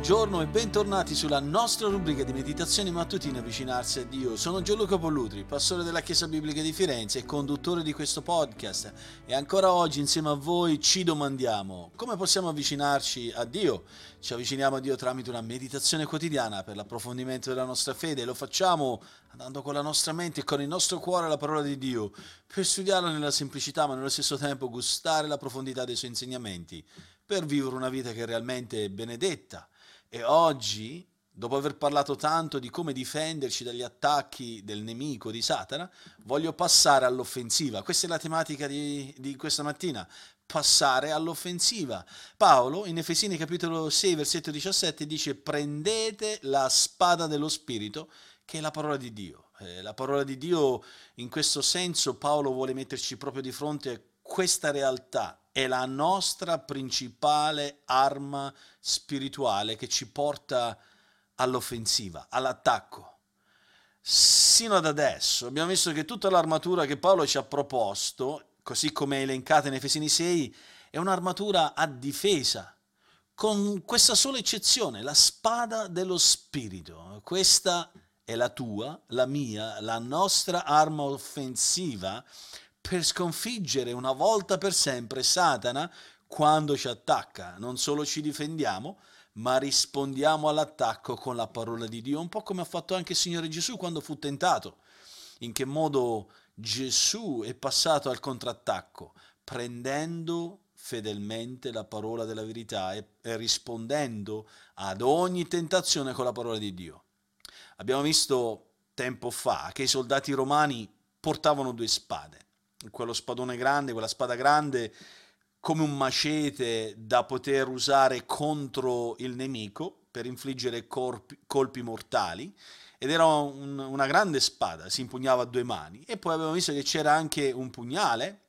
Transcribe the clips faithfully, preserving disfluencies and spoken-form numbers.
Buongiorno e bentornati sulla nostra rubrica di meditazioni mattutine Avvicinarsi a Dio. Sono Gianluca Pollutri, pastore della Chiesa Biblica di Firenze e conduttore di questo podcast. E ancora oggi insieme a voi ci domandiamo come possiamo avvicinarci a Dio. Ci avviciniamo a Dio tramite una meditazione quotidiana per l'approfondimento della nostra fede. Lo facciamo andando con la nostra mente e con il nostro cuore alla parola di Dio, per studiarla nella semplicità ma nello stesso tempo gustare la profondità dei suoi insegnamenti, per vivere una vita che è realmente benedetta. E oggi, dopo aver parlato tanto di come difenderci dagli attacchi del nemico, di Satana, voglio passare all'offensiva. Questa è la tematica di, di questa mattina, passare all'offensiva. Paolo, in Efesini capitolo sei, versetto diciassette, dice: prendete la spada dello Spirito, che è la parola di Dio. Eh, la parola di Dio, in questo senso, Paolo vuole metterci proprio di fronte a questa realtà. È la nostra principale arma spirituale che ci porta all'offensiva, all'attacco. Sino ad adesso abbiamo visto che tutta l'armatura che Paolo ci ha proposto, così come è elencata in Efesini sei, è un'armatura a difesa, con questa sola eccezione, la spada dello Spirito. Questa è la tua, la mia, la nostra arma offensiva per sconfiggere una volta per sempre Satana quando ci attacca. Non solo ci difendiamo, ma rispondiamo all'attacco con la parola di Dio, un po' come ha fatto anche il Signore Gesù quando fu tentato. In che modo Gesù è passato al contrattacco? Prendendo fedelmente la parola della verità e, e rispondendo ad ogni tentazione con la parola di Dio. Abbiamo visto tempo fa che i soldati romani portavano due spade. Quello spadone grande, quella spada grande, come un macete da poter usare contro il nemico per infliggere corpi, colpi mortali, ed era un, una grande spada, si impugnava a due mani. E poi abbiamo visto che c'era anche un pugnale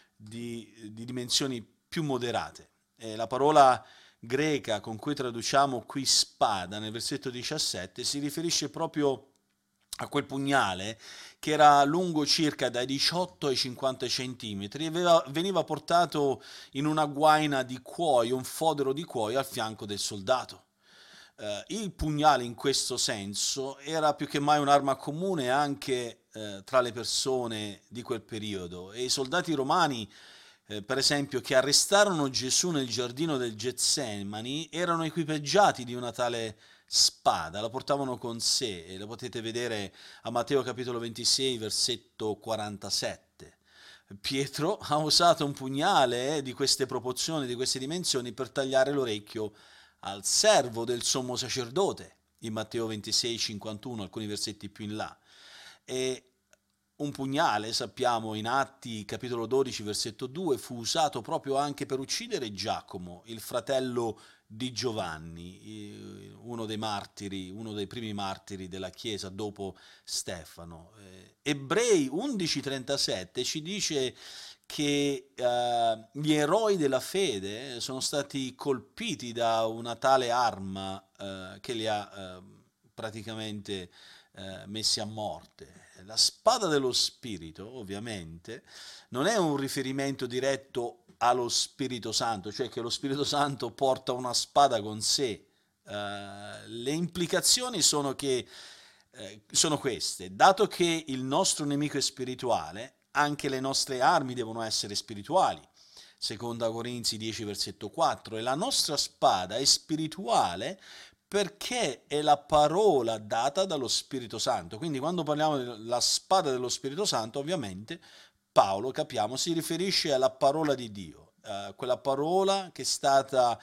di, di dimensioni più moderate. E la parola greca con cui traduciamo qui spada nel versetto diciassette si riferisce proprio a quel pugnale che era lungo circa dai diciotto ai cinquanta centimetri e aveva, veniva portato in una guaina di cuoio, un fodero di cuoio al fianco del soldato. Eh, il pugnale in questo senso era più che mai un'arma comune anche eh, tra le persone di quel periodo, e i soldati romani, eh, per esempio, che arrestarono Gesù nel giardino del Getsemani, erano equipaggiati di una tale spada, la portavano con sé, e la potete vedere a Matteo capitolo ventisei, versetto quarantasette. Pietro ha usato un pugnale eh, di queste proporzioni, di queste dimensioni, per tagliare l'orecchio al servo del sommo sacerdote, in Matteo ventisei, cinquantuno, alcuni versetti più in là. E un pugnale, sappiamo, in Atti capitolo dodici, versetto due, fu usato proprio anche per uccidere Giacomo, il fratello di Giovanni, uno dei martiri, uno dei primi martiri della Chiesa dopo Stefano. Ebrei undici trentasette ci dice che eh, gli eroi della fede sono stati colpiti da una tale arma eh, che li ha eh, praticamente eh, messi a morte. La spada dello Spirito, ovviamente, non è un riferimento diretto allo Spirito Santo, cioè che lo Spirito Santo porta una spada con sé. Uh, le implicazioni sono che eh, sono queste: dato che il nostro nemico è spirituale, anche le nostre armi devono essere spirituali. Seconda Corinzi dieci, versetto quattro, e la nostra spada è spirituale perché è la parola data dallo Spirito Santo. Quindi quando parliamo della spada dello Spirito Santo, ovviamente Paolo, capiamo, si riferisce alla parola di Dio, eh, quella parola che è stata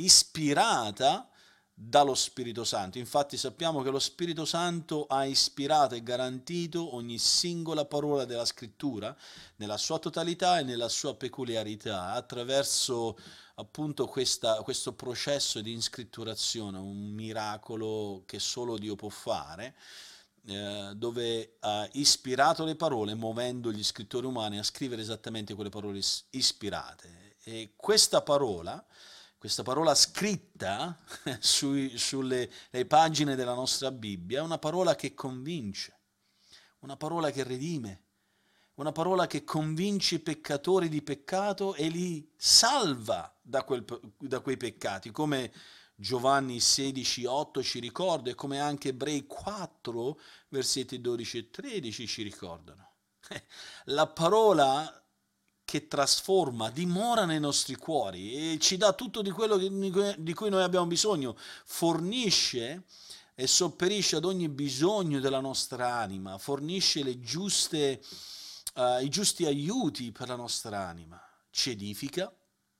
ispirata dallo Spirito Santo. Infatti sappiamo che lo Spirito Santo ha ispirato e garantito ogni singola parola della Scrittura nella sua totalità e nella sua peculiarità, attraverso appunto questa, questo processo di inscritturazione, un miracolo che solo Dio può fare, eh, dove ha ispirato le parole, muovendo gli scrittori umani a scrivere esattamente quelle parole ispirate. E questa parola, questa parola scritta sui, sulle le pagine della nostra Bibbia, è una parola che convince, una parola che redime, una parola che convince i peccatori di peccato e li salva da, quel, da quei peccati, come Giovanni sedici otto ci ricorda, e come anche Ebrei quattro, versetti dodici e tredici ci ricordano. La parola che trasforma dimora nei nostri cuori e ci dà tutto di quello che, di cui noi abbiamo bisogno, fornisce e sopperisce ad ogni bisogno della nostra anima, fornisce le giuste, uh, i giusti aiuti per la nostra anima, ci edifica,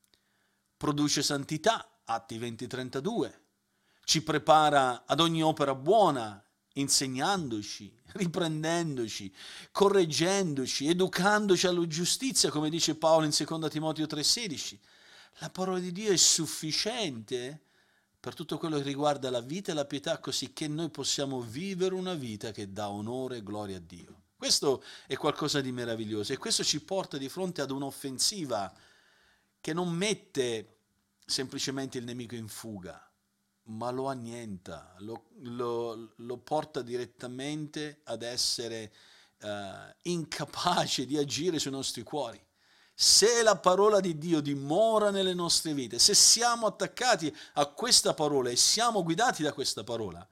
produce santità, Atti venti trentadue, ci prepara ad ogni opera buona, insegnandoci, riprendendoci, correggendoci, educandoci alla giustizia, come dice Paolo in seconda Timoteo tre sedici. La parola di Dio è sufficiente per tutto quello che riguarda la vita e la pietà, così che noi possiamo vivere una vita che dà onore e gloria a Dio. Questo è qualcosa di meraviglioso e questo ci porta di fronte ad un'offensiva che non mette semplicemente il nemico in fuga, ma lo annienta, lo, lo, lo porta direttamente ad essere uh, incapace di agire sui nostri cuori. Se la parola di Dio dimora nelle nostre vite, se siamo attaccati a questa parola e siamo guidati da questa parola,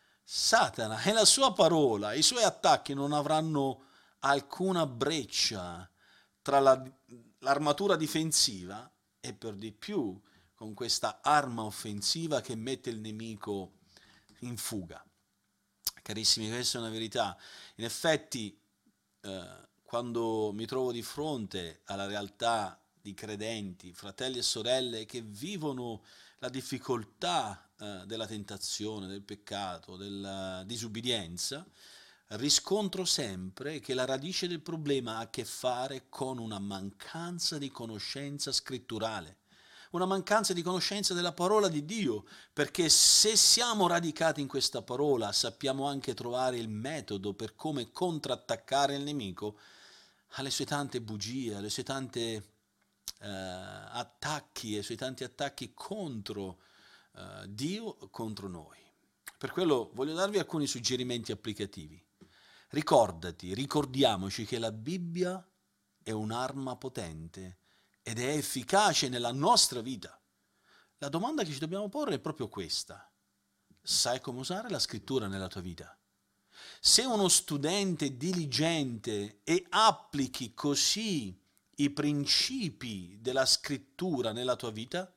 Satana e la sua parola, i suoi attacchi non avranno alcuna breccia tra la, l'armatura difensiva e per di più con questa arma offensiva che mette il nemico in fuga. Carissimi, questa è una verità. In effetti, eh, quando mi trovo di fronte alla realtà di credenti, fratelli e sorelle che vivono la difficoltà eh, della tentazione, del peccato, della disubbidienza, riscontro sempre che la radice del problema ha a che fare con una mancanza di conoscenza scritturale, una mancanza di conoscenza della parola di Dio, perché se siamo radicati in questa parola sappiamo anche trovare il metodo per come contrattaccare il nemico alle sue tante bugie, alle sue tante eh, attacchi, ai suoi tanti attacchi contro eh, Dio, contro noi. Per quello voglio darvi alcuni suggerimenti applicativi. Ricordati, ricordiamoci che la Bibbia è un'arma potente ed è efficace nella nostra vita. La domanda che ci dobbiamo porre è proprio questa: sai come usare la scrittura nella tua vita? Se uno studente diligente e applichi così i principi della scrittura nella tua vita,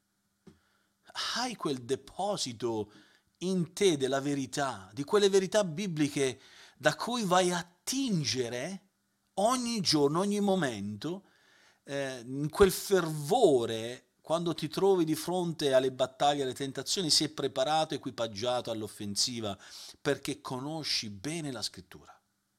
hai quel deposito in te della verità, di quelle verità bibliche da cui vai a attingere ogni giorno, ogni momento, eh, in quel fervore, quando ti trovi di fronte alle battaglie, alle tentazioni, sei preparato, equipaggiato all'offensiva, perché conosci bene la scrittura.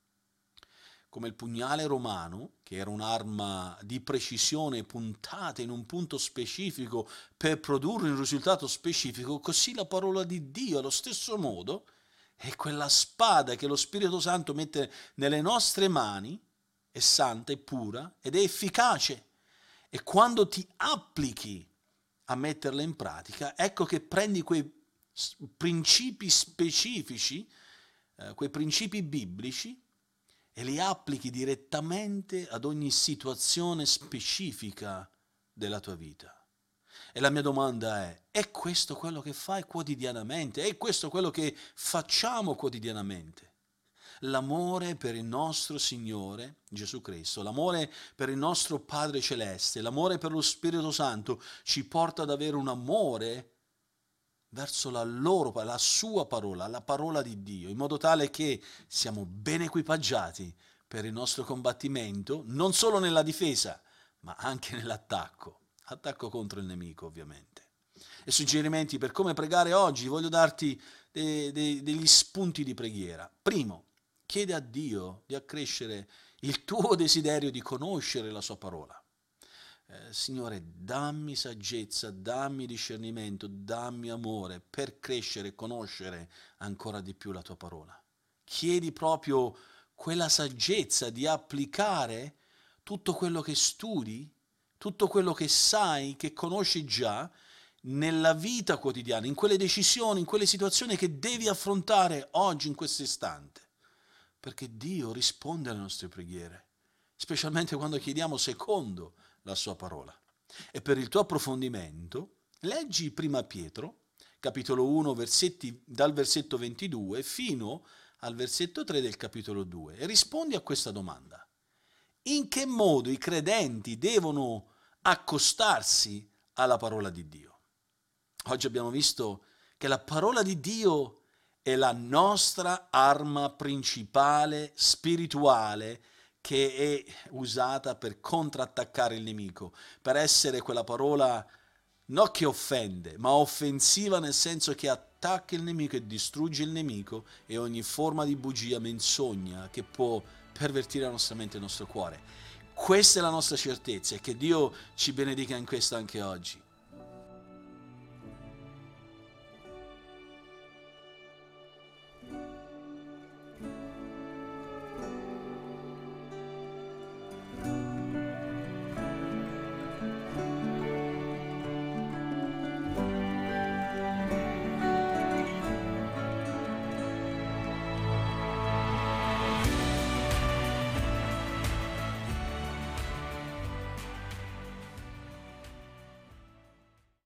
Come il pugnale romano, che era un'arma di precisione puntata in un punto specifico per produrre un risultato specifico, così la parola di Dio, allo stesso modo, è quella spada che lo Spirito Santo mette nelle nostre mani, è santa, è pura ed è efficace. E quando ti applichi a metterla in pratica, ecco che prendi quei principi specifici, eh, quei principi biblici, e li applichi direttamente ad ogni situazione specifica della tua vita. E la mia domanda è, è questo quello che fai quotidianamente? È questo quello che facciamo quotidianamente? L'amore per il nostro Signore Gesù Cristo, l'amore per il nostro Padre Celeste, l'amore per lo Spirito Santo ci porta ad avere un amore verso la loro, la sua parola, la parola di Dio, in modo tale che siamo ben equipaggiati per il nostro combattimento, non solo nella difesa, ma anche nell'attacco, attacco contro il nemico ovviamente. E suggerimenti per come pregare oggi, voglio darti de, de, degli spunti di preghiera. Primo, chiede a Dio di accrescere il tuo desiderio di conoscere la sua parola. Eh, Signore, dammi saggezza, dammi discernimento, dammi amore per crescere e conoscere ancora di più la tua parola. Chiedi proprio quella saggezza di applicare tutto quello che studi, tutto quello che sai, che conosci già, nella vita quotidiana, in quelle decisioni, in quelle situazioni che devi affrontare oggi, in questo istante. Perché Dio risponde alle nostre preghiere, specialmente quando chiediamo secondo la sua parola. E per il tuo approfondimento, leggi prima Pietro, capitolo uno, versetti, dal versetto ventidue fino al versetto tre del capitolo due, e rispondi a questa domanda. In che modo i credenti devono accostarsi alla parola di Dio? Oggi abbiamo visto che la parola di Dio è la nostra arma principale spirituale, che è usata per contrattaccare il nemico, per essere quella parola non che offende, ma offensiva, nel senso che attacca il nemico e distrugge il nemico e ogni forma di bugia, menzogna che può pervertire la nostra mente e il nostro cuore. Questa è la nostra certezza, e che Dio ci benedica in questo anche oggi.